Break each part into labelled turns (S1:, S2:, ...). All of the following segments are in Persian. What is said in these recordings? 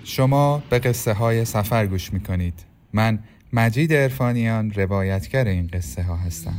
S1: شما به قصه های سفر گوش میکنید. من مجید عرفانیان روایتگر این قصه ها هستم.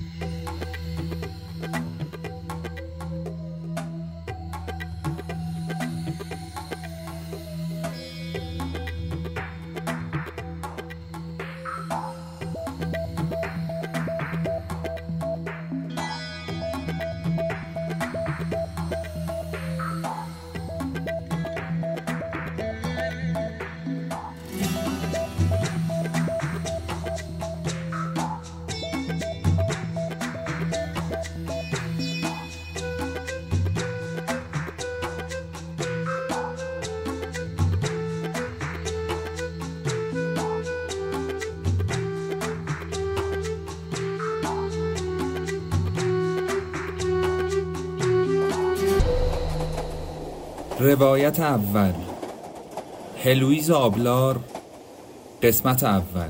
S2: روایت اول، هلویز آبلار، قسمت اول.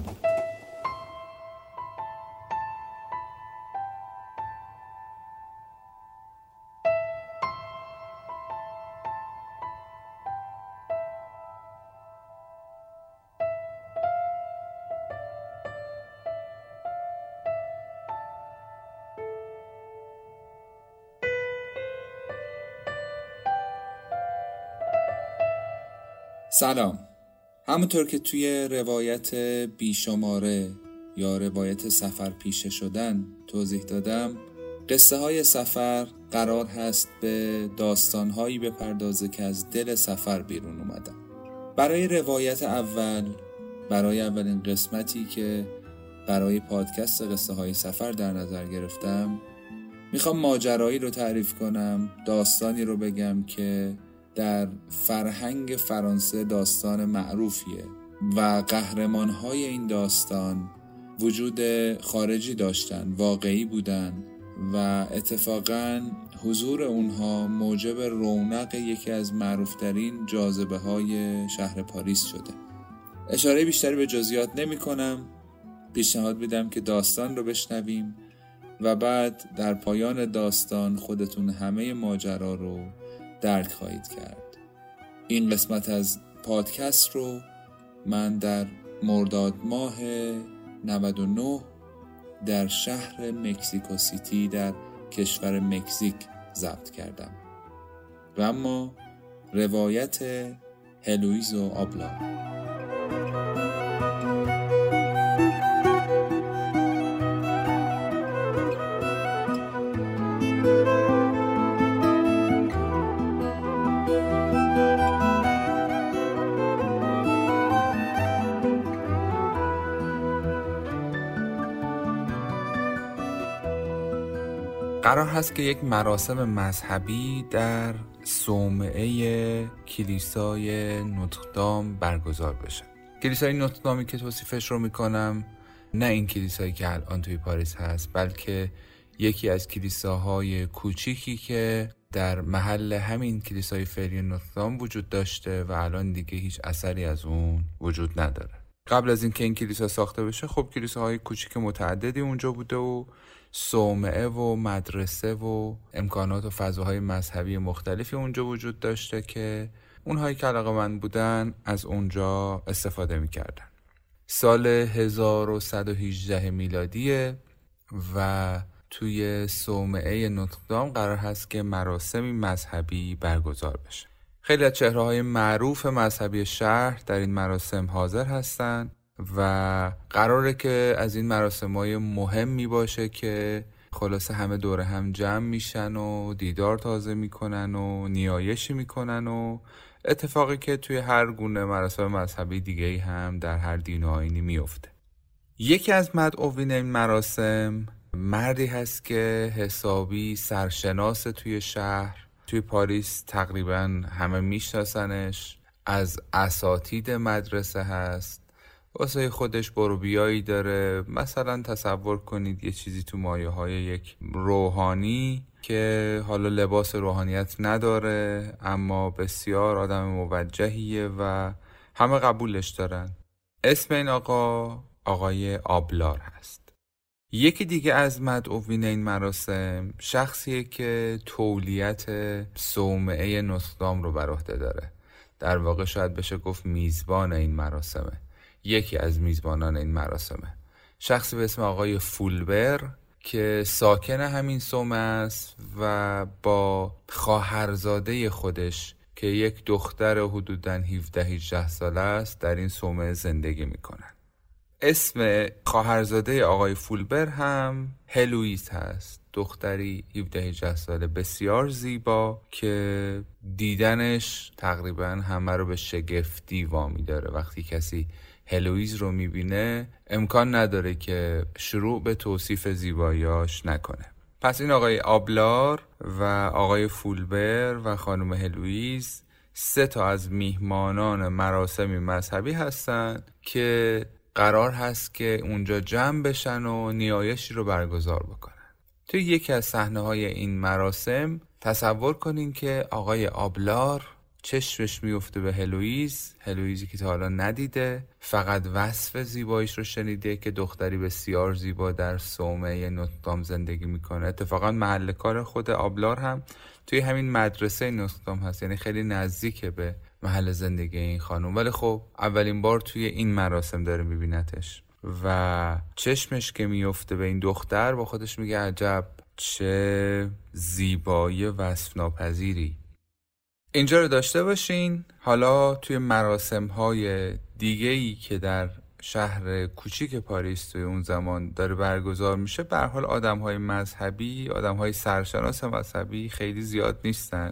S2: سلام. همونطور که توی روایت بیشماره یا روایت سفر پیشه شدن توضیح دادم، قصه های سفر قرار هست به داستانهایی بپردازه که از دل سفر بیرون اومدن. برای روایت اول، برای اولین قسمتی که برای پادکست قصه های سفر در نظر گرفتم، میخوام ماجرایی رو تعریف کنم، داستانی رو بگم که در فرهنگ فرانسه داستان معروفیه و قهرمان‌های این داستان وجود خارجی داشتن، واقعی بودن و اتفاقاً حضور اونها موجب رونق یکی از معروفترین جاذبه‌های شهر پاریس شده. اشاره بیشتری به جزئیات نمی‌کنم، پیشنهاد میدم که داستان رو بشنویم و بعد در پایان داستان خودتون همه ماجرا رو درک خواهید کرد. این قسمت از پادکست رو من در مرداد ماه 99 در شهر مکزیکو سیتی در کشور مکزیک ضبط کردم. و اما روایت هلویز آبلار.
S1: قرار هست که یک مراسم مذهبی در صومعه کلیسای نوتردام برگزار بشه. کلیسای نوتردامی که توصیفش رو میکنم، نه این کلیسایی که الان توی پاریس هست، بلکه یکی از کلیساهای کوچیکی که در محل همین کلیسای فعلی نوتردام وجود داشته و الان دیگه هیچ اثری از اون وجود نداره. قبل از اینکه این کلیسا ساخته بشه، خب کلیساهای کوچیک متعددی اونجا بوده و صومعه و مدرسه و امکانات و فضاهای مذهبی مختلفی اونجا وجود داشته که اونهایی که علاقه‌مند بودن از اونجا استفاده می‌کردن. سال 1118 میلادیه و توی صومعه نوتردام قرار هست که مراسمی مذهبی برگزار بشه. خیلی از چهره‌های معروف مذهبی شهر در این مراسم حاضر هستن و قراره که از این مراسم‌های مهمی باشه که خلاصه همه دوره هم جمع میشن و دیدار تازه میکنن و نیایشی میکنن و اتفاقی که توی هر گونه مراسم مذهبی دیگه‌ای هم در هر دین و آیینی میفته. یکی از مدعوین این مراسم مردی هست که حسابی سرشناس توی شهر، توی پاریس تقریبا همه میشناسنش، از اساتید مدرسه هست، واسه خودش برو بیایی داره. مثلا تصور کنید یه چیزی تو مایه های یک روحانی که حالا لباس روحانیت نداره اما بسیار آدم موجهیه و همه قبولش دارن. اسم این آقای آبلار هست. یکی دیگه از مدعوین این مراسم شخصیه که تولیت صومعه نوتردام رو بر عهده داره. در واقع شاید بشه گفت میزبان این مراسمه، یکی از میزبانان این مراسمه، شخصی به اسم آقای فولبر که ساکن همین صومعه است و با خواهرزاده خودش که یک دختر حدوداً 17-18 ساله است در این صومعه زندگی میکنن. اسم خواهرزاده آقای فولبر هم هلوئیز هست، دختری 17-18 ساله بسیار زیبا که دیدنش تقریباً همه رو به شگفتی وامی داره. وقتی کسی هلوئیز رو میبینه امکان نداره که شروع به توصیف زیباییاش نکنه. پس این آقای آبلار و آقای فولبر و خانم هلوئیز 3 تا از میهمانان مراسمی مذهبی هستن که قرار هست که اونجا جمع بشن و نیایشی رو برگزار بکنن. توی یکی از صحنه‌های این مراسم تصور کنین که آقای آبلار چشمش میفته به هلوئیزی که تا حالا ندیده، فقط وصف زیباییش رو شنیده که دختری بسیار زیبا در صومعه نوتردام زندگی میکنه. اتفاقا محل کار خود آبلار هم توی همین مدرسه نوتردام هست، یعنی خیلی نزدیکه به محل زندگی این خانم، ولی خب اولین بار توی این مراسم داره میبینتش و چشمش که میفته به این دختر با خودش میگه عجب چه زیبایی وصف ناپذیری. اینجا رو داشته باشین. حالا توی مراسم‌های دیگه‌ای که در شهر کوچیک پاریس توی اون زمان داره برگزار میشه، به هر حال آدم‌های مذهبی، آدم‌های سرشناس مذهبی خیلی زیاد نیستن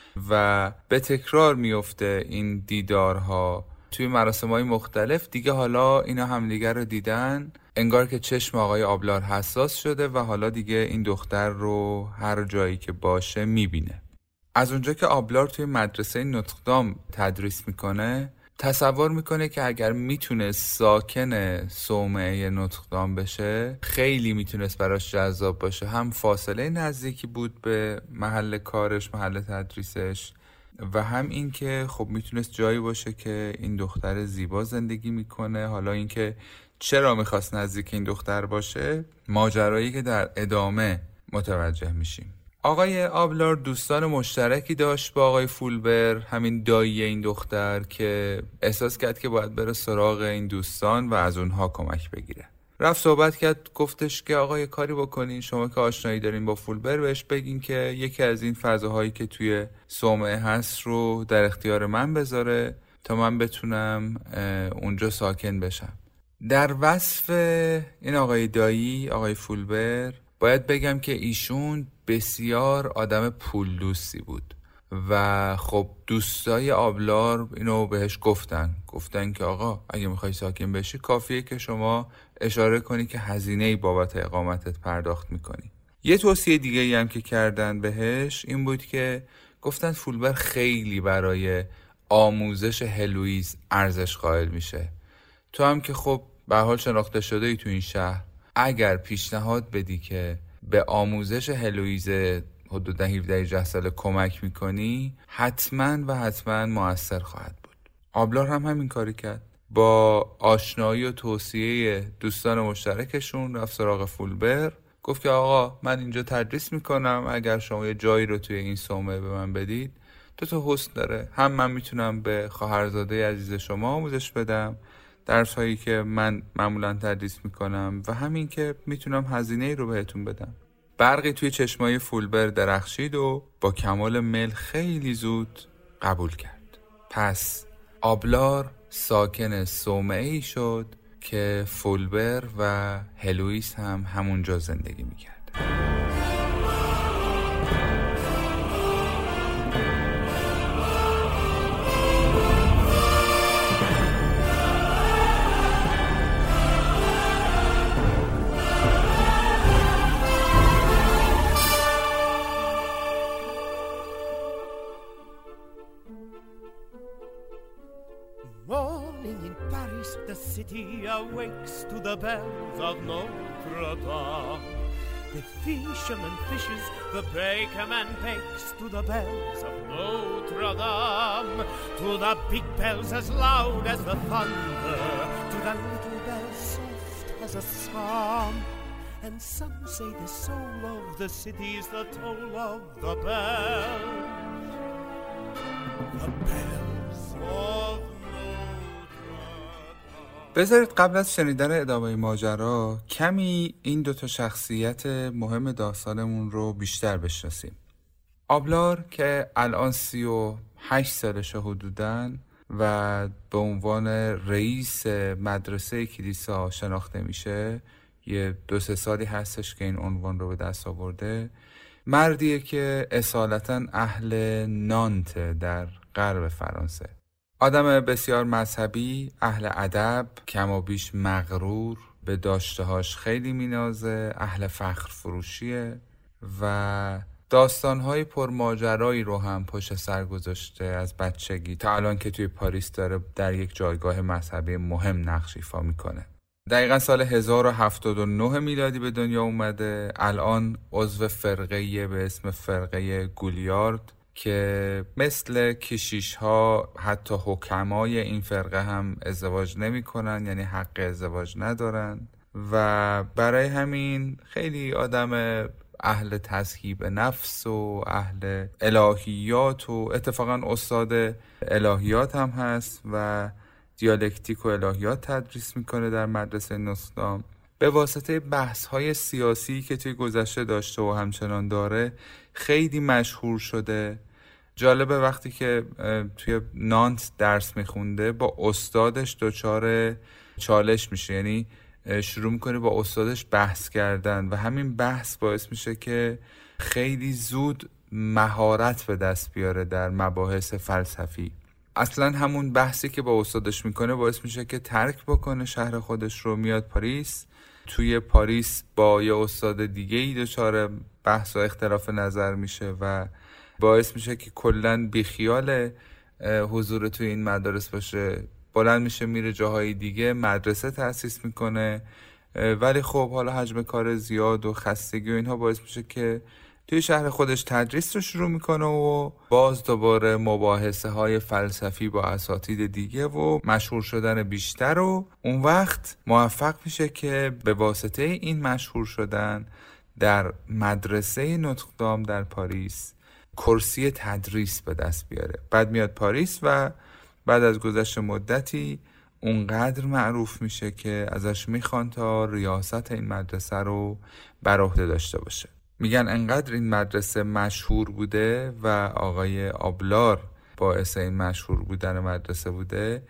S1: و به تکرار میفته این دیدارها توی مراسم‌های مختلف. دیگه حالا اینا همدیگر رو دیدن، انگار که چشم آقای آبلار حساس شده و حالا دیگه این دختر رو هر جایی که باشه میبینه. از اونجا که آبلار توی مدرسه نوتردام تدریس میکنه، تصور میکنه که اگر میتونست ساکن صومعه نوتردام بشه خیلی میتونست براش جذاب باشه. هم فاصله نزدیکی بود به محل کارش، محل تدریسش، و هم این که خب میتونست جایی باشه که این دختر زیبا زندگی میکنه. حالا این که چرا میخواست نزدیک این دختر باشه، ماجرایی که در ادامه متوجه میشیم. آقای آبلار دوستان مشترکی داشت با آقای فولبر، همین دایی این دختر، که احساس کرد که باید بره سراغ این دوستان و از اونها کمک بگیره. رفت صحبت کرد، گفتش که آقا یه کاری بکنین، شما که آشنایی دارین با فولبر بهش بگین که یکی از این فضاهایی که توی صومعه هست رو در اختیار من بذاره تا من بتونم اونجا ساکن بشم. در وصف این آقای دایی، آقای فولبر، باید بگم که ایشون بسیار آدم پول دوستی بود و خب دوستای آبلار اینو بهش گفتن که آقا اگه میخوای ساکن بشی کافیه که شما اشاره کنی که هزینه‌ای بابت اقامتت پرداخت میکنی. یه توصیه دیگه‌ای هم که کردن بهش این بود که گفتن فولبر خیلی برای آموزش هلوئیز ارزش قائل میشه. تو هم که خب به حال شناخته شده ای تو این شهر، اگر پیشنهاد بدی که به آموزش هلوئیز حدود 17-18 ساله کمک میکنی، حتما مؤثر خواهد بود. آبلار هم همین کاری کرد. با آشنایی و توصیه دوستان مشترکشون رفت سراغ فولبر، گفت که آقا من اینجا تدریس میکنم، اگر شما یه جایی رو توی این صومعه به من بدید تو حسن داره، هم من میتونم به خواهرزاده عزیز شما آموزش بدم درس هایی که من معمولا تدریس میکنم و همین که میتونم هزینه‌ای رو بهتون بدم. برقی توی چشمای فولبر درخشید و با کمال میل خیلی زود قبول کرد. پس آبلار ساکن صومعه‌ای شد که فولبر و هلوئیز هم همونجا زندگی میکرد.
S3: Morning in Paris, the city awakes to the bells of Notre Dame. The fisherman fishes, the bakerman bakes to the bells of Notre Dame. To the big bells as loud as the thunder, to the little bells soft as a psalm. And some say the soul of the city's the toll of the bells.
S1: بذارید قبل از شنیدن ادامه ماجرا کمی این دوتا شخصیت مهم داستانمون رو بیشتر بشناسیم. آبلار که الان 38 سالشه حدوداً و به عنوان رئیس مدرسه کلیسا شناخته میشه، یه 2-3 سالی هستش که این عنوان رو به دست آورده. مردیه که اصالتاً اهل نانت در غرب فرانسه. آدم بسیار مذهبی، اهل ادب، کم و بیش مغرور، به داشتهاش خیلی مینازه، اهل فخر فروشیه و داستان‌های پرماجرایی رو هم پشت سر گذاشته از بچگی تا الان که توی پاریس داره در یک جایگاه مذهبی مهم نقش ایفا میکنه. دقیقا سال 1079 میلادی به دنیا اومده. الان عضو فرقه‌ای به اسم فرقه گولیارد که مثل کشیش ها حتی حکمای این فرقه هم ازدواج نمی کنن، یعنی حق ازدواج ندارن و برای همین خیلی آدم اهل تذهیب نفس و اهل الهیات و اتفاقا استاد الهیات هم هست و دیالکتیک و الهیات تدریس میکنه در مدرسه نوتردام. به واسطه بحث‌های سیاسی که توی گذشته داشته و همچنان داره خیلی مشهور شده. جالبه وقتی که توی نانت درس میخونده با استادش دچار چالش میشه، یعنی شروع میکنه با استادش بحث کردن و همین بحث باعث میشه که خیلی زود مهارت به دست بیاره در مباحث فلسفی. اصلا همون بحثی که با استادش میکنه باعث میشه که ترک بکنه شهر خودش رو، میاد پاریس. توی پاریس با یه استاد دیگه ای دچار بحث و اختلاف نظر میشه و باعث میشه که کلن بیخیال حضور توی این مدارس باشه. بلند میشه میره جاهای دیگه، مدرسه تأسیس میکنه، ولی خب حالا حجم کار زیاد و خستگی و اینها باعث میشه که توی شهر خودش تدریس رو شروع میکنه و باز دوباره مباحثه های فلسفی با اساتید دیگه و مشهور شدن بیشتر و اون وقت موفق میشه که به واسطه این مشهور شدن در مدرسه نوتردام در پاریس کرسی تدریس به دست بیاره. بعد میاد پاریس و بعد از گذشت مدتی اونقدر معروف میشه که ازش میخوان تا ریاست این مدرسه رو بر عهده داشته باشه. میگن انقدر این مدرسه مشهور بوده و آقای آبلار باعث این مشهور بودن مدرسه بوده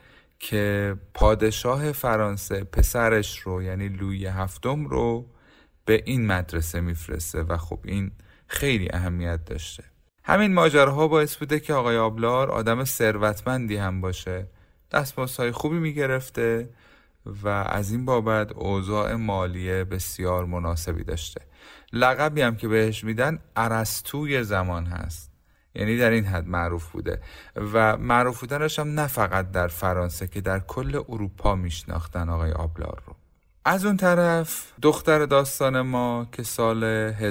S1: که پادشاه فرانسه پسرش رو یعنی لویی هفتم رو به این مدرسه میفرسته و خب این خیلی اهمیت داشته. همین ماجراها باعث بوده که آقای آبلار آدم ثروتمندی هم باشه، دستمزدهای خوبی میگرفته و از این بابت اوضاع مالی بسیار مناسبی داشته. لقبی هم که بهش میدن ارسطوی زمان هست، یعنی در این حد معروف بوده و معروف بودنش هم نه فقط در فرانسه که در کل اروپا میشناختن آقای آبلار رو. از اون طرف دختر داستان ما که سال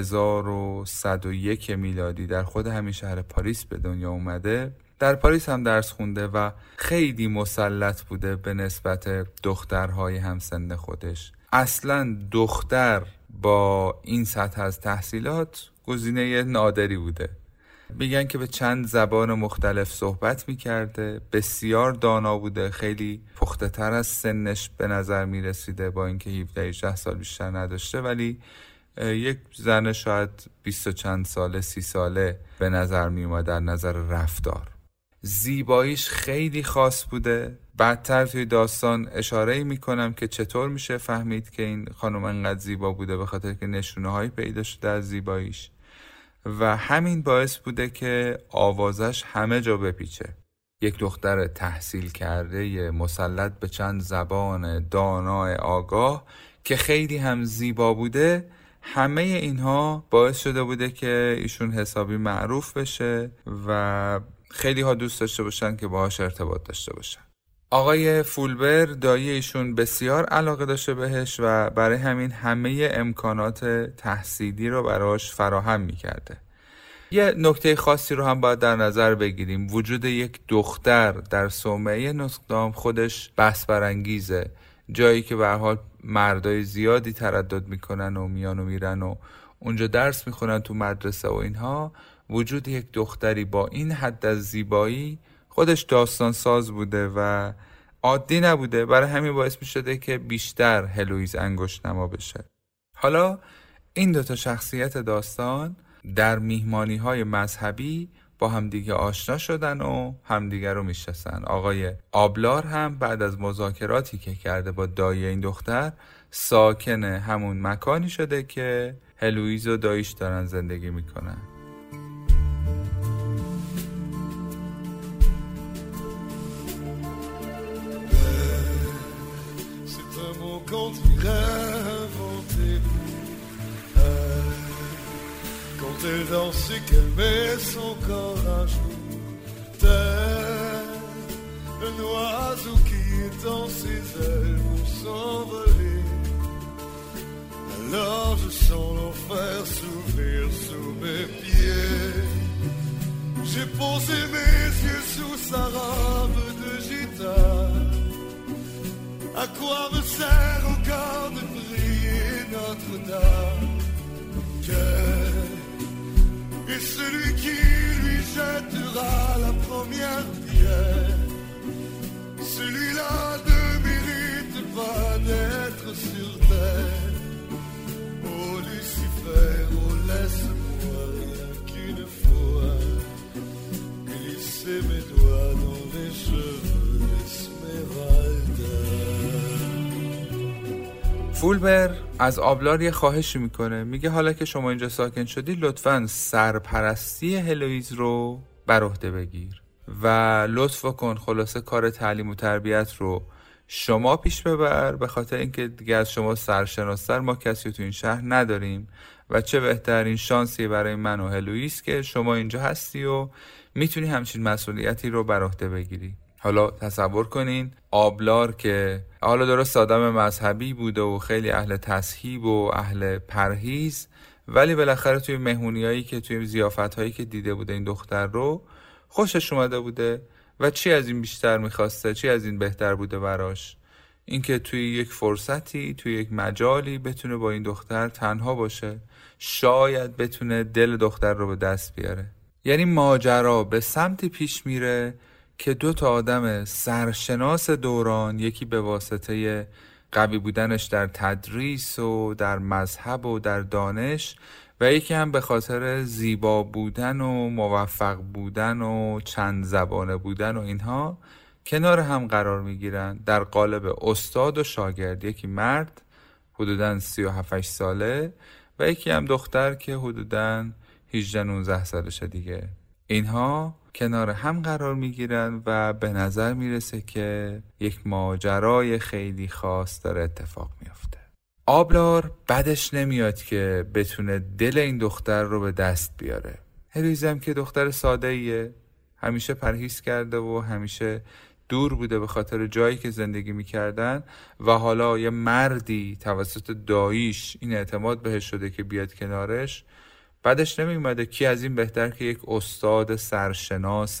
S1: 1101 میلادی در خود همین شهر پاریس به دنیا اومده، در پاریس هم درس خونده و خیلی مسلط بوده به نسبت دخترهای همسن خودش. اصلا دختر با این سطح از تحصیلات گزینه نادری بوده. میگن که به چند زبان مختلف صحبت میکرده، بسیار دانا بوده، خیلی پخته تر از سنش به نظر میرسیده با اینکه 17-18 سال بیشتر نداشته، ولی یک زن شاید 20 و چند ساله 30 ساله به نظر میومد در نظر رفتار. زیباییش خیلی خاص بوده. بعدتر توی داستان اشاره‌ای میکنم که چطور میشه فهمید که این خانم انقدر زیبا بوده، به خاطر که نشونه هایی پیدا شده از زیباییش و همین باعث بوده که آوازش همه جا بپیچه. یک دختر تحصیل کرده مسلط به چند زبان، دانای آگاه که خیلی هم زیبا بوده، همه اینها باعث شده بوده که ایشون حسابی معروف بشه و خیلی ها دوست داشته باشن که باهاش ارتباط داشته باشن. آقای فولبر دایی ایشون بسیار علاقه داشته بهش و برای همین همه امکانات تحصیلی رو براش فراهم میکرده. یه نکته خاصی رو هم باید در نظر بگیریم. وجود یک دختر در صومعه نوتردام خودش بحث برانگیزه. جایی که به هر حال مردای زیادی تردد میکنن و میان و میرن و اونجا درس میخونن تو مدرسه و اینها، وجود یک دختری با این حد از زیبایی خودش داستان ساز بوده و عادی نبوده. برای همین باعث می شده که بیشتر هلوئیز انگشت نما بشه. حالا این دوتا شخصیت داستان در میهمانی‌های مذهبی با همدیگه آشنا شدن و همدیگه رو میشناسن. آقای آبلار هم بعد از مذاکراتی که کرده با دایی این دختر ساکن همون مکانی شده که هلوئیز و داییش دارن زندگی میکنن.
S4: Quand elle danse et qu'elle met son corps à genoux, tel un oiseau qui étend ses ailes pour s'envoler. Alors je sens l'enfer s'ouvrir sous mes pieds. J'ai posé mes yeux sous sa robe de gitane. À quoi me sert encore de prier Notre-Dame? Et celui qui lui jettera la première pierre, celui-là ne mérite pas d'être sur terre. Oh Lucifer, oh laisse-moi rien qu'une fois glisser mes doigts dans les cheveux d'Esmeralda.
S1: فولبر از آبلار یه خواهشی میکنه. میگه حالا که شما اینجا ساکن شدی لطفاً سرپرستی هلوئیز رو بر عهده بگیر و لطف کن خلاصه کار تعلیم و تربیت رو شما پیش ببر، به خاطر اینکه دیگه از شما سرشناس‌تر ما کسی تو این شهر نداریم و چه بهترین شانسی برای من و هلوئیز که شما اینجا هستی و میتونی همچین مسئولیتی رو بر عهده بگیری. حالا تصور کنین آبلار که حالا درست آدم مذهبی بوده و خیلی اهل تسهیب و اهل پرهیز، ولی بالاخره توی مهمونیایی که توی ضیافت‌هایی که دیده بوده این دختر رو خوشش اومده بوده و چی از این بیشتر میخواسته، چی از این بهتر بوده براش، اینکه توی یک فرصتی توی یک مجالی بتونه با این دختر تنها باشه، شاید بتونه دل دختر رو به دست بیاره. یعنی ماجرا به سمتی پیش میره که دو تا آدم سرشناس دوران، یکی به واسطه قوی بودنش در تدریس و در مذهب و در دانش و یکی هم به خاطر زیبا بودن و موفق بودن و چند زبانه بودن و اینها کنار هم قرار میگیرن در قالب استاد و شاگرد. یکی مرد حدوداً 37 ساله و یکی هم دختر که حدوداً 18-19 سالشه دیگه. اینها کنار هم قرار میگیرن و به نظر میرسه که یک ماجرای خیلی خاص داره اتفاق میفته. آبلار بدش نمیاد که بتونه دل این دختر رو به دست بیاره. هلوئیز هم که دختر ساده ایه، همیشه پرهیز کرده و همیشه دور بوده به خاطر جایی که زندگی میکردن و حالا یه مردی توسط داییش این اعتماد بهش شده که بیاد کنارش. بعدش نمیومده کی از این بهتر که یک استاد سرشناس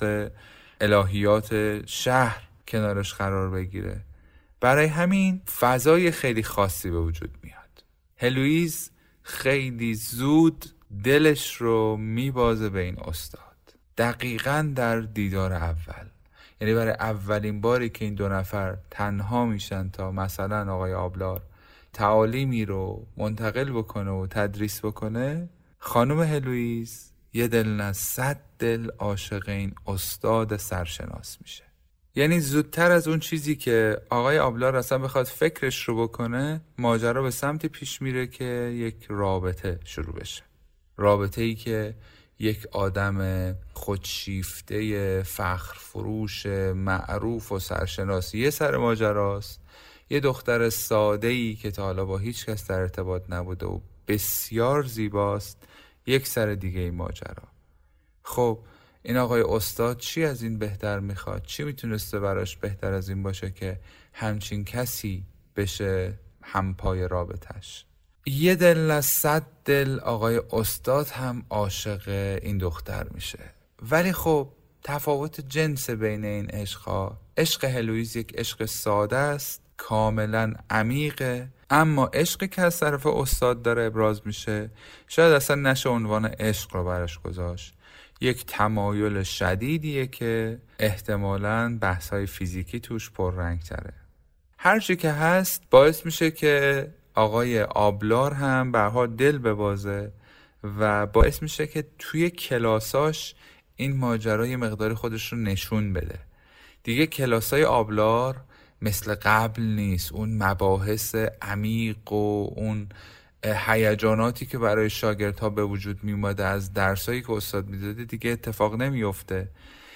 S1: الهیات شهر کنارش قرار بگیره. برای همین فضای خیلی خاصی به وجود میاد. هلوئیز خیلی زود دلش رو میبازه به این استاد، دقیقاً در دیدار اول. یعنی برای اولین باری که این دو نفر تنها میشن تا مثلا آقای آبلار تعالیمی رو منتقل بکنه و تدریس بکنه، خانم هلوئیز یه دل نه 100 دل عاشق این استاد سرشناس میشه. یعنی زودتر از اون چیزی که آقای آبلار اصلا بخواد فکرش رو بکنه، ماجرا به سمتی پیش میره که یک رابطه شروع بشه. رابطه‌ای که یک آدم خودشیفته فخر فروش معروف و سرشناس یه سر ماجراست، یه دختر ساده‌ای که تا حالا با هیچ کس در ارتباط نبوده و بسیار زیباست یک سر دیگه این ماجرا. خب این آقای استاد چی از این بهتر میخواد؟ چی میتونسته براش بهتر از این باشه که همچین کسی بشه همپای رابطش؟ یه دل نه 100 دل آقای استاد هم عاشق این دختر میشه. ولی خب تفاوت جنس بین این عشقها، عشق هلوئیز یک عشق ساده است، کاملا عمیقه، اما عشقی که از طرف استاد داره ابراز میشه شاید اصلا نشه عنوان عشق رو براش گذاشت. یک تمایل شدیدیه که احتمالاً بحث‌های فیزیکی توش پررنگ تره. هر چی که هست باعث میشه که آقای آبلار هم به هر حال دل ببازه و باعث میشه که توی کلاساش این ماجرا یه مقداری خودش رو نشون بده. دیگه کلاسای آبلار مثل قبل نیست. اون مباحث عمیق و اون هیجاناتی که برای شاگردها به وجود میومده از درسایی که استاد میداده دیگه اتفاق نمیفته.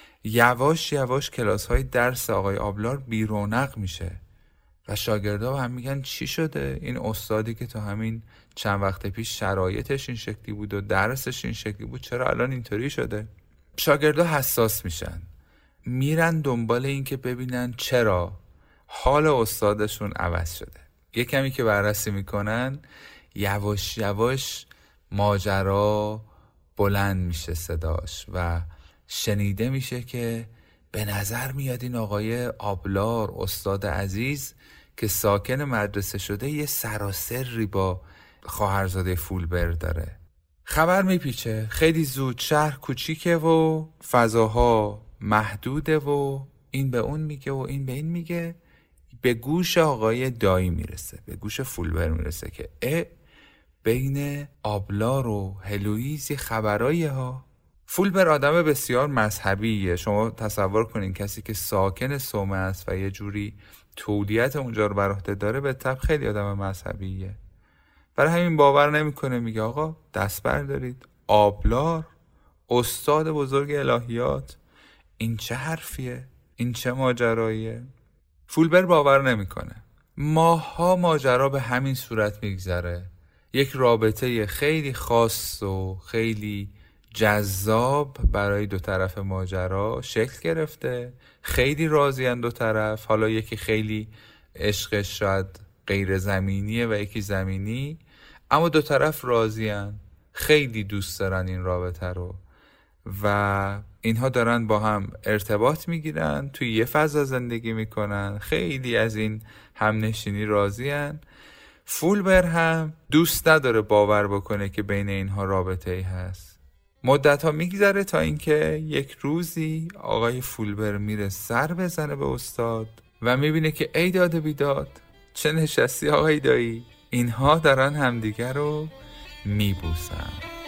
S1: یواش یواش کلاس‌های درس آقای آبلار بی‌رونق میشه و شاگردها هم میگن چی شده؟ این استادی که تا همین چند وقت پیش شرایطش این شکلی بود و درسش این شکلی بود چرا الان اینطوری شده؟ شاگردها حساس میشن، میرن دنبال این که ببینن چرا حال استادشون عوض شده. یه کمی که بررسی میکنن یواش یواش ماجرا بلند میشه صداش و شنیده میشه که به نظر میاد این آقای آبلار استاد عزیز که ساکن مدرسه شده یه سراسری با خواهرزاده فولبر داره. خبر میپیچه خیلی زود، شهر کوچیکه و فضاها محدوده و این به اون میگه و این به این میگه، به گوش آقای دایی میرسه، به گوش فولبر میرسه که بین آبلار و هلویز یه خبرایی ها. فولبر آدم بسیار مذهبیه. شما تصور کنین کسی که ساکن صومعه است و یه جوری تولیت اونجا رو بر عهده داره به طب خیلی آدم مذهبیه. برای همین باور نمیکنه، میگه آقا دست بردارید، آبلار استاد بزرگ الهیات، این چه حرفیه؟ این چه ماجراییه؟ فولبر باور نمیکنه. ماها ماجرا به همین صورت میگذره. یک رابطه خیلی خاص و خیلی جذاب برای دو طرف ماجرا شکل گرفته. خیلی راضین دو طرف. حالا یکی خیلی عشقش شاید غیر زمینیه و یکی زمینی، اما دو طرف راضین، خیلی دوست دارن این رابطه رو و اینها دارن با هم ارتباط میگیرن، توی یه فضا زندگی میکنن، خیلی از این همنشینی راضین. فولبر هم دوست نداره باور بکنه که بین اینها رابطه ای هست. مدت ها میگذره تا اینکه یک روزی آقای فولبر میره سر بزنه به استاد و میبینه که ای داد بیداد، چه نشستی آقای دایی، اینها دارن همدیگر رو میبوسن.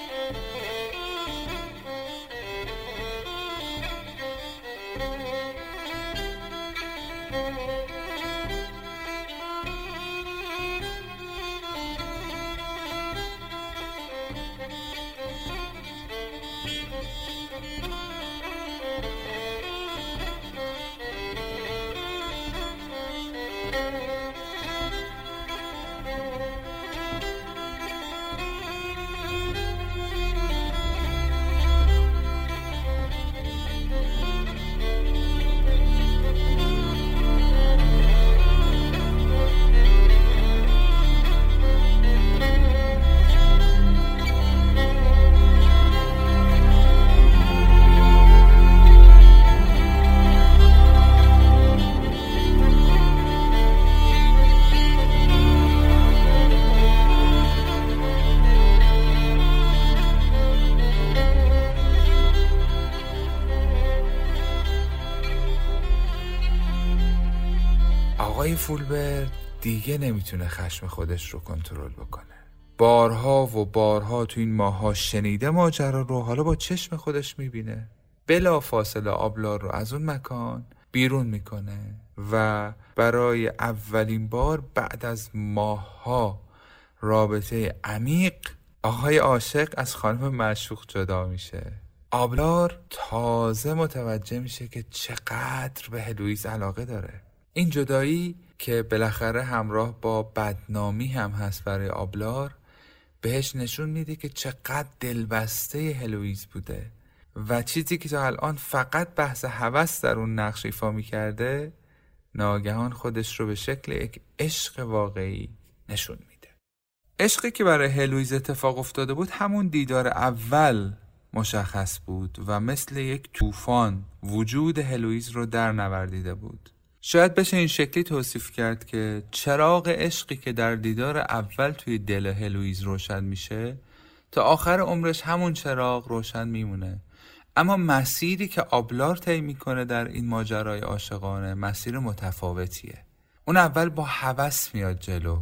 S1: آقای فولبر دیگه نمیتونه خشم خودش رو کنترل بکنه. بارها و بارها تو این ماها شنیده ماجرا رو، حالا با چشم خودش میبینه. بلا فاصله آبلار رو از اون مکان بیرون میکنه و برای اولین بار بعد از ماها رابطه عمیق آقای عاشق از خانم معشوق جدا میشه. آبلار تازه متوجه میشه که چقدر به هلویز علاقه داره. این جدایی که بالاخره همراه با بدنامی هم هست برای آبلار بهش نشون میده که چقدر دلبسته هلویز بوده و چیزی که تا الان فقط بحث هوس در اون نقش ایفا میکرده ناگهان خودش رو به شکل یک عشق واقعی نشون میده. عشقی که برای هلویز اتفاق افتاده بود همون دیدار اول مشخص بود و مثل یک طوفان وجود هلویز رو در نوردیده بود. شاید بشه این شکلی توصیف کرد که چراغ عشقی که در دیدار اول توی دل هلویز روشن میشه تا آخر عمرش همون چراغ روشن میمونه. اما مسیری که آبلار طی میکنه در این ماجرای عاشقانه مسیر متفاوتیه. اون اول با هوس میاد جلو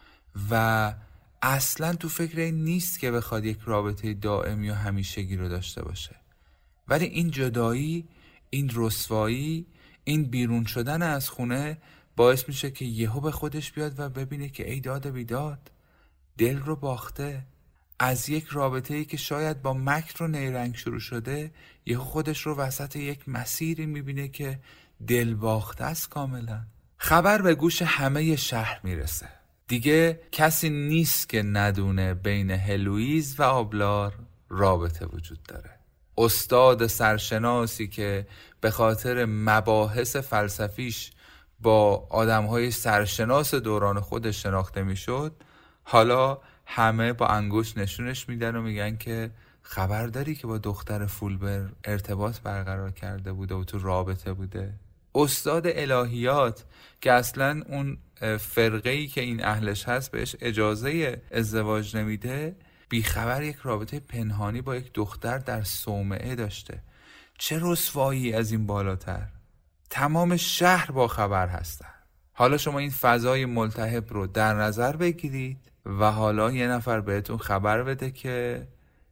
S1: و اصلا تو فکر این نیست که بخواد یک رابطه دائمی و همیشگی رو داشته باشه، ولی این جدایی، این رسوایی، این بیرون شدن از خونه باعث میشه که یهو به خودش بیاد و ببینه که ای داد بیداد، دل رو باخته. از یک رابطه‌ای که شاید با مکر و نیرنگ شروع شده یهو خودش رو وسط یک مسیری میبینه که دل باخته است کاملا. خبر به گوش همه شهر میرسه. دیگه کسی نیست که ندونه بین هلویز و آبلار رابطه وجود داره. استاد سرشناسی که به خاطر مباحث فلسفیش با آدم‌های سرشناس دوران خودش شناخته میشد، حالا همه با انگشت نشونش میدن و میگن که خبر داری که با دختر فولبر ارتباط برقرار کرده بوده و تو رابطه بوده. استاد الهیات که اصلا اون فرقه‌ای که این اهلش هست بهش اجازه ازدواج نمیده، بیخبر یک رابطه پنهانی با یک دختر در صومعه داشته. چه رسوایی از این بالاتر؟ تمام شهر با خبر هستن. حالا شما این فضای ملتهب رو در نظر بگیرید و حالا یه نفر بهتون خبر بده که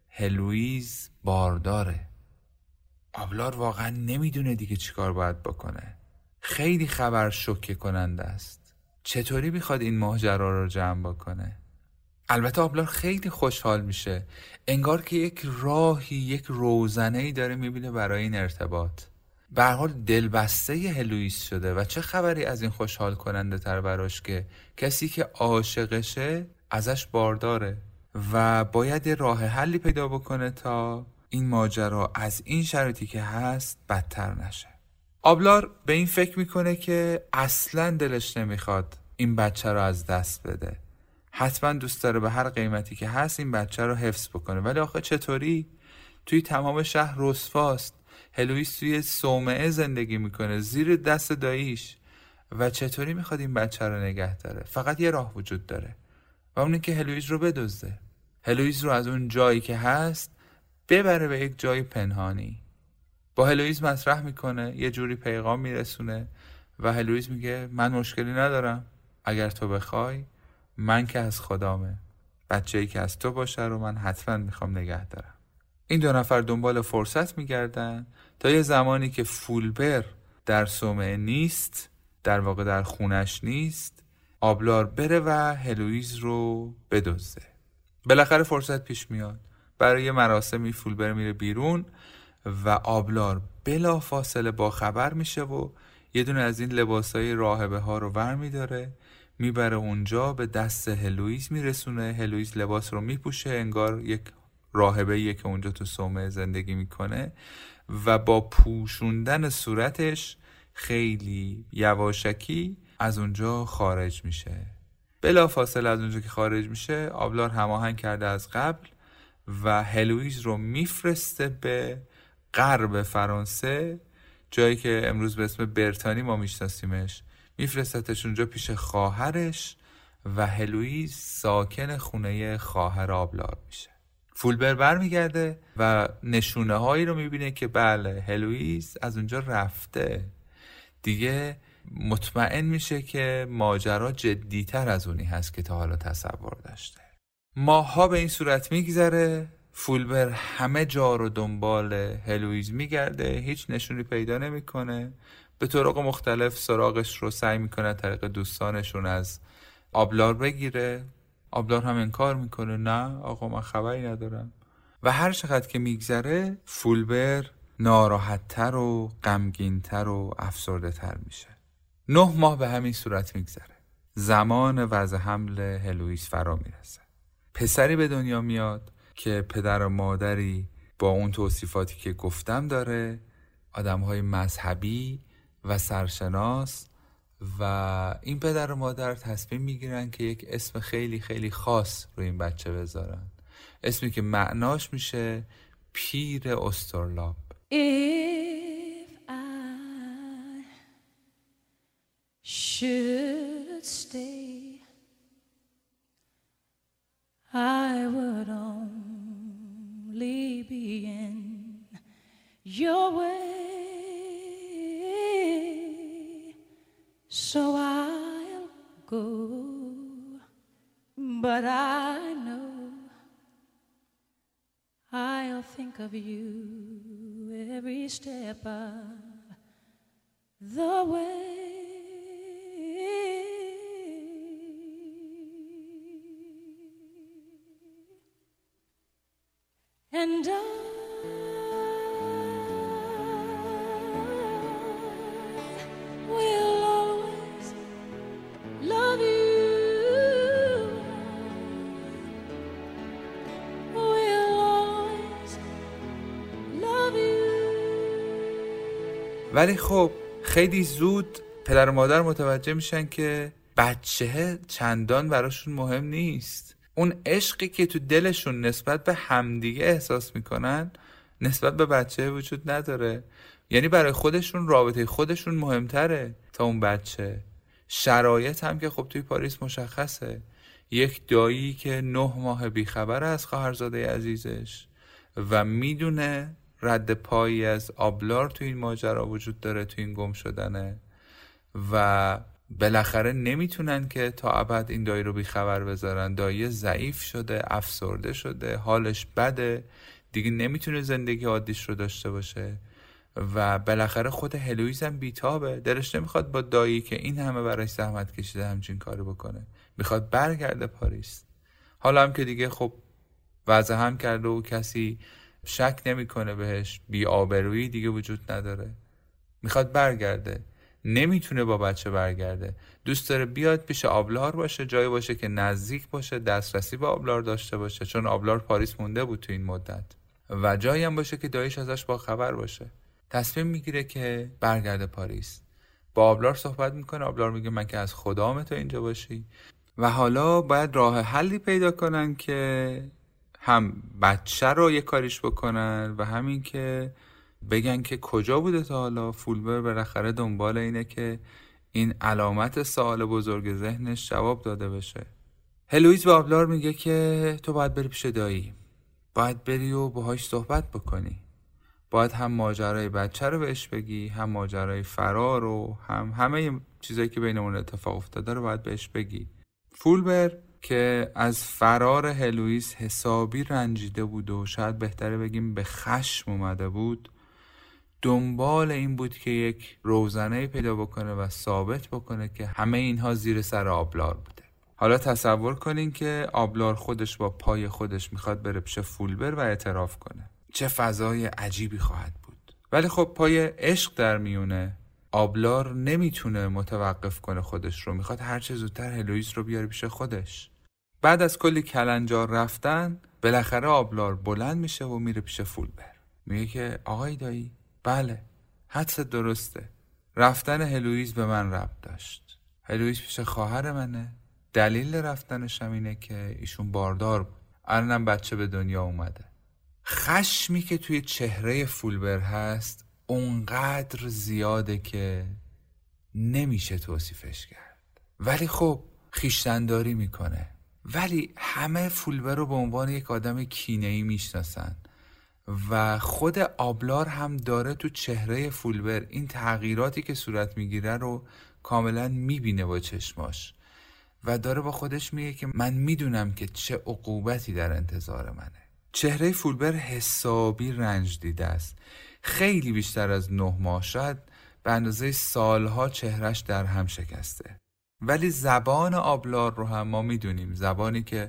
S1: هلویز بارداره. آبلار واقعا نمیدونه دیگه چیکار باید بکنه. خیلی خبر شوکه کننده است. چطوری میخواد این ماجرا رو جمع بکنه؟ البته آبلار خیلی خوشحال میشه، انگار که یک راهی، یک روزنه‌ای داره میبینه برای این ارتباط. به هر حال دلبسته هلویز شده و چه خبری از این خوشحال کننده تر براش که کسی که عاشقشه ازش بارداره و باید راه حلی پیدا بکنه تا این ماجرا از این شرایطی که هست بدتر نشه. آبلار به این فکر میکنه که اصلا دلش نمیخواد این بچه رو از دست بده. حتما دوست داره به هر قیمتی که هست این بچه رو حفظ بکنه، ولی آخه چطوری؟ توی تمام شهر رسواست. هلویز توی صومعه زندگی میکنه زیر دست داییش و چطوری میخواد این بچه رو نگه داره؟ فقط یه راه وجود داره و اونه که هلویز رو بدزده. هلویز رو از اون جایی که هست ببره به یک جای پنهانی. با هلویز مطرح میکنه، یه جوری پیغام میرسونه و هلویز میگه من مشکلی ندارم، اگر تو بخوای من که از خدامه، بچه‌ای که از تو باشه رو من حتما میخوام نگه دارم. این دو نفر دنبال فرصت میگردن تا یه زمانی که فولبر در صومعه نیست، در واقع در خونش نیست، آبلار بره و هلویز رو بدزده. بالاخره فرصت پیش میاد. برای مراسمی فولبر میره بیرون و آبلار بلا فاصله با خبر میشه و یه دونه از این لباسای راهبه ها رو ور میداره، میبره اونجا، به دست هلویز میرسونه. هلویز لباس رو میپوشه، انگار یک راهبه‌ایه که اونجا تو صومعه زندگی میکنه و با پوشوندن صورتش خیلی یواشکی از اونجا خارج میشه. بلا فاصله از اونجا که خارج میشه آبلار هماهنگ کرده از قبل و هلویز رو میفرسته به غرب فرانسه، جایی که امروز به اسم برتانی ما میشناسیمش. میفرستتش اونجا پیش خواهرش و هلویز ساکن خونه خواهر آبلار میشه. فولبر برمیگرده و نشونه هایی رو میبینه که بله هلویز از اونجا رفته. دیگه مطمئن میشه که ماجرا جدیتر از اونی هست که تا حالا تصور داشته. ماها به این صورت میگذره. فولبر همه جا رو دنبال هلویز میگرده، هیچ نشونی پیدا نمیکنه. به طرق مختلف سراغش رو سعی میکنه طریق دوستانشون از آبلار بگیره. آبلار هم انکار میکنه، نه آقا من خبری ندارم. و هر چقدر که میگذره فولبر ناراحت‌تر و غمگین‌تر و افسرده‌تر میشه. 9 ماه به همین صورت میگذره. زمان وضع حمل هلویز فرا میرسه. پسری به دنیا میاد که پدر و مادری با اون توصیفاتی که گفتم داره، آدم‌های مذهبی و سرشناس، و این پدر و مادر تصمیم میگیرن که یک اسم خیلی خیلی خاص روی این بچه بذارن، اسمی که معناش میشه پیر استرلاب.
S5: If I should stay, I would only be in your way. So I'll go, but I know I'll think of you every step of the way. And I will always love you. Will always love you.
S1: ولی خب خیلی زود پدر و مادر متوجه میشن که بچه چندان براشون مهم نیست. اون عشقی که تو دلشون نسبت به همدیگه احساس میکنن نسبت به بچه وجود نداره. یعنی برای خودشون رابطه خودشون مهمتره تا اون بچه. شرایط هم که خب توی پاریس مشخصه. یک دایی که 9 ماه بیخبر از خواهرزاده عزیزش و میدونه رد پایی از آبلار تو این ماجرا وجود داره، تو این گم شدنه و بالاخره نمیتونن که تا ابد این دایی رو بیخبر بذارن. دایی ضعیف شده، افسرده شده، حالش بده، دیگه نمیتونه زندگی عادیش رو داشته باشه و بالاخره خود هلویز هم بیتابه. دلش نمیخواد با دایی که این همه برای زحمت کشیده همچین کاری بکنه. میخواد برگرده پاریس. حالا هم که دیگه خب وضع هم کرده و کسی شک نمیکنه بهش، بی آبرویی دیگه وجود نداره. میخواد برگرده، نمیتونه با بچه برگرده. دوست داره بیاد پیش آبلار باشه، جایی باشه که نزدیک باشه، دسترسی به آبلار داشته باشه، چون آبلار پاریس مونده بود تو این مدت، و جایی هم باشه که داییش ازش با خبر باشه. تصمیم میگیره که برگرده پاریس. با آبلار صحبت میکنه. آبلار میگه من که از خدام تو اینجا باشی و حالا باید راه حلی پیدا کنن که هم بچه رو یه کاریش بکنن و همین که بگن که کجا بوده تا حالا. فولبر بالاخره دنبال اینه که این علامت سوال بزرگ ذهنش جواب داده بشه. هلویز به آبلار میگه که تو باید بری پیش دایی، باید بری و باهاش صحبت بکنی، باید هم ماجرای بچه رو بهش بگی، هم ماجرای فرار و هم همه چیزایی که بینمون اتفاق افتاده رو باید بهش بگی. فولبر که از فرار هلویز حسابی رنجیده بود و شاید بهتره بگیم به خشم اومده بود، دنبال این بود که یک روزنه پیدا بکنه و ثابت بکنه که همه اینها زیر سر آبلار بوده. حالا تصور کنین که آبلار خودش با پای خودش میخواد بره پیش فولبر و اعتراف کنه. چه فضای عجیبی خواهد بود. ولی خب پای عشق در میونه. آبلار نمیتونه متوقف کنه خودش رو، میخواد هر چه زودتر هلویز رو بیاره پیش خودش. بعد از کلی کلنجار رفتن بالاخره آبلار بلند میشه و میره پیش فولبر. میگه که آقای دایی، بله حدست درسته، رفتن هلویز به من ربط داشت. هلویز پیش خواهر منه. دلیل رفتنش هم اینه که ایشون باردار بود، الانم بچه به دنیا اومده. خشمی که توی چهره فولبر هست اونقدر زیاده که نمیشه توصیفش کرد. ولی خب خویشتن‌داری میکنه. ولی همه فولبر رو به عنوان یک آدم کینه‌ای میشناسن و خود آبلار هم داره تو چهره فولبر این تغییراتی که صورت میگیره رو کاملا میبینه با چشماش و داره با خودش میگه که من میدونم که چه عقوبتی در انتظار منه. چهره فولبر حسابی رنج دیده است. خیلی بیشتر از 9 ماه، شاید به اندازه سالها چهرش در هم شکسته. ولی زبان آبلار رو هم ما میدونیم، زبانی که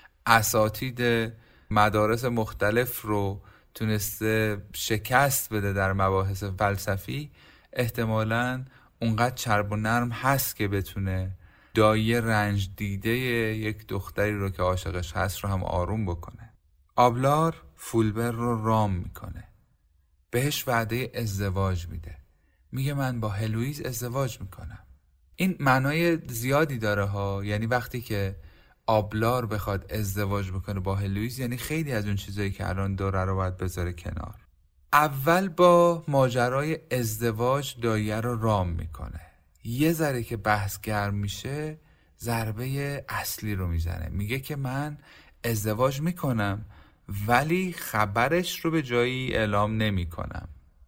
S1: اساتید مدارس مختلف رو تونسته شکست بده در مباحث فلسفی، احتمالاً اونقدر چرب و نرم هست که بتونه دایی رنج دیده یک دختری رو که عاشقش هست رو هم آروم بکنه. آبلار فولبر رو رام میکنه، بهش وعده ازدواج میده. میگه من با هلویز ازدواج میکنم. این معنای زیادی داره ها. یعنی وقتی که آبلار بخواد ازدواج بکنه با هلویز، یعنی خیلی از اون چیزایی که الان داره رو باید بذاره کنار. اول با ماجرای ازدواج دایه رو رام میکنه. یه ذره که بحث گرم میشه ضربه اصلی رو میزنه. میگه که من ازدواج میکنم ولی خبرش رو به جایی اعلام نمیکنم.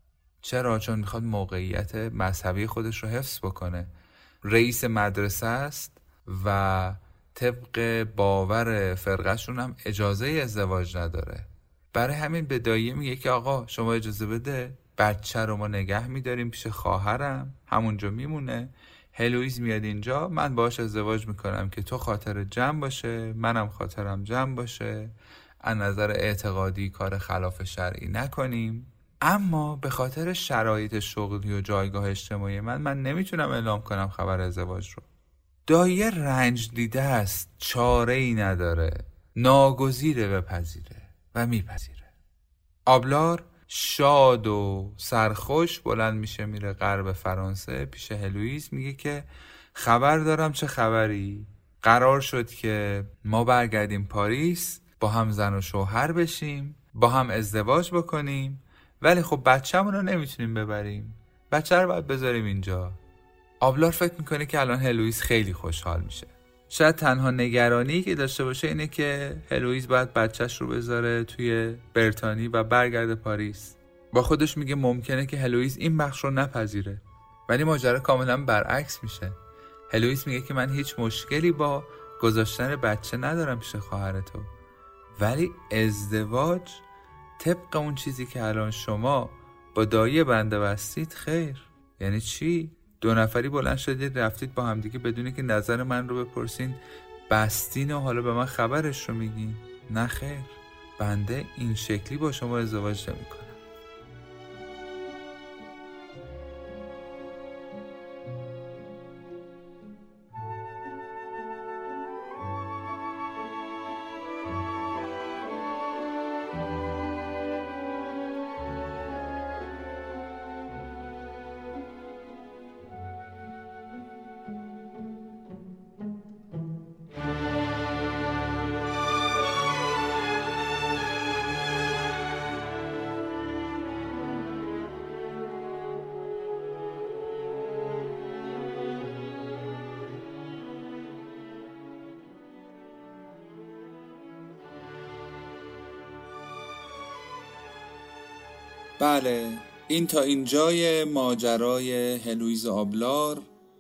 S1: چرا؟ چون میخواد موقعیت مذهبی خودش رو حفظ بکنه. رئیس مدرسه است و طبق باور فرقه‌شون هم اجازه ازدواج نداره. برای همین به دایه میگه که آقا شما اجازه بده، بچه رو ما نگه میداریم پیش خواهرم، همونجا میمونه. هلویز میاد اینجا، من باهاش ازدواج میکنم که تو خاطر جمع باشه، منم خاطرم جمع باشه، از نظر اعتقادی کار خلاف شرعی نکنیم. اما به خاطر شرایط شغلی و جایگاه اجتماعی من نمیتونم اعلام کنم خبر ازدواج رو. دایه رنج دیده است، چاره ای نداره، ناگزیره بپذیره و میپذیره. آبلار شاد و سرخوش بلند میشه، میره غرب فرانسه پیش هلویز، میگه که خبر دارم. چه خبری؟ قرار شد که ما برگردیم پاریس، با هم زن و شوهر بشیم، با هم ازدواج بکنیم، ولی خب بچه‌مون رو نمیتونیم ببریم، بچه رو باید بذاریم اینجا. آبلار فکر میکنه که الان هلویز خیلی خوشحال میشه. شاید تنها نگرانی که داشته باشه اینه که هلویز باید بچهش رو بذاره توی برتانی و برگرده پاریس. با خودش میگه ممکنه که هلویز این بخش رو نپذیره، ولی ماجرا کاملا برعکس میشه. هلویز میگه که من هیچ مشکلی با گذاشتن بچه ندارم پیش خواهر تو، ولی ازدواج طبق اون چیزی که الان شما با دایه بنده بستید خیر. یعنی چی؟ 2 نفری بلند شدید رفتید با همدیگه بدونی که نظر من رو بپرسین، بستین و حالا به من خبرش رو میگین؟ نه خیر، بنده این شکلی با شما ازدواج نمی‌کنم.
S2: بله، این تا اینجای ماجرای هلویز آبلار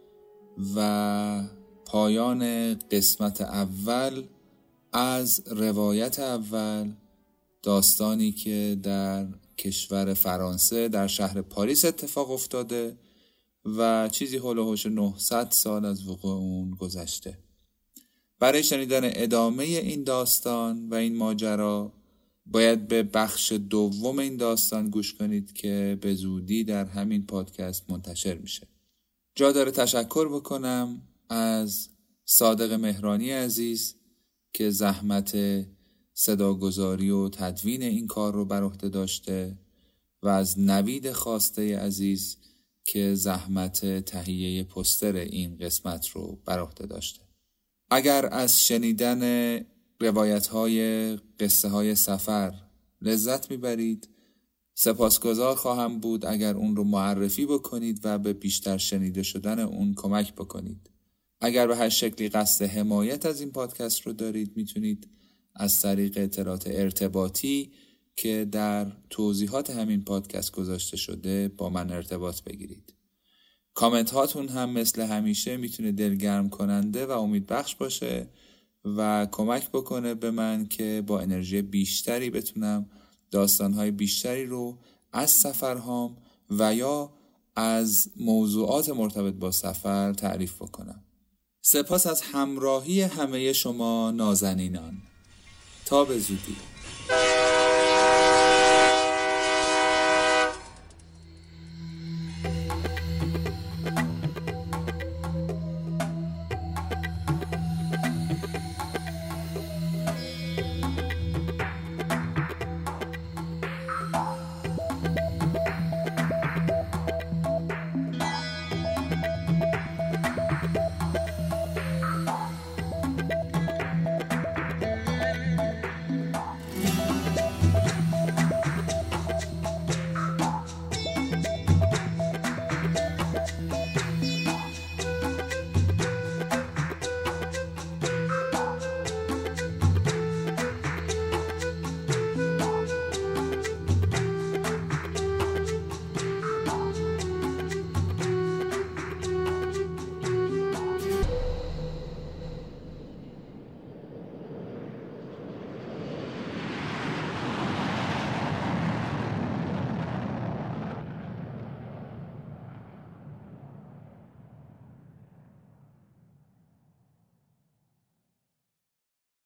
S2: و پایان قسمت اول از روایت اول، داستانی که در کشور فرانسه در شهر پاریس اتفاق افتاده و چیزی حول و حوش 900 سال از وقوع اون گذشته. برای شنیدن ادامه این داستان و این ماجرا باید به بخش دوم این داستان گوش کنید که به زودی در همین پادکست منتشر میشه. جا داره تشکر بکنم از صادق مهرانی عزیز که زحمت صداگذاری و تدوین این کار رو بر عهده داشته و از نوید خواسته عزیز که زحمت تهیه پوستر این قسمت رو بر عهده داشته. اگر از شنیدن روایت‌های قصه‌های سفر لذت میبرید، سپاسگزار خواهم بود اگر اون رو معرفی بکنید و به بیشتر شنیده شدن اون کمک بکنید. اگر به هر شکلی قصد حمایت از این پادکست رو دارید، میتونید از طریق اطلاعات ارتباطی که در توضیحات همین پادکست گذاشته شده با من ارتباط بگیرید. کامنت هاتون هم مثل همیشه میتونه دلگرم کننده و امیدبخش باشه و کمک بکنه به من که با انرژی بیشتری بتونم داستانهای بیشتری رو از سفرهام و یا از موضوعات مرتبط با سفر تعریف بکنم. سپاس از همراهی همه شما نازنینان. تا به زودی.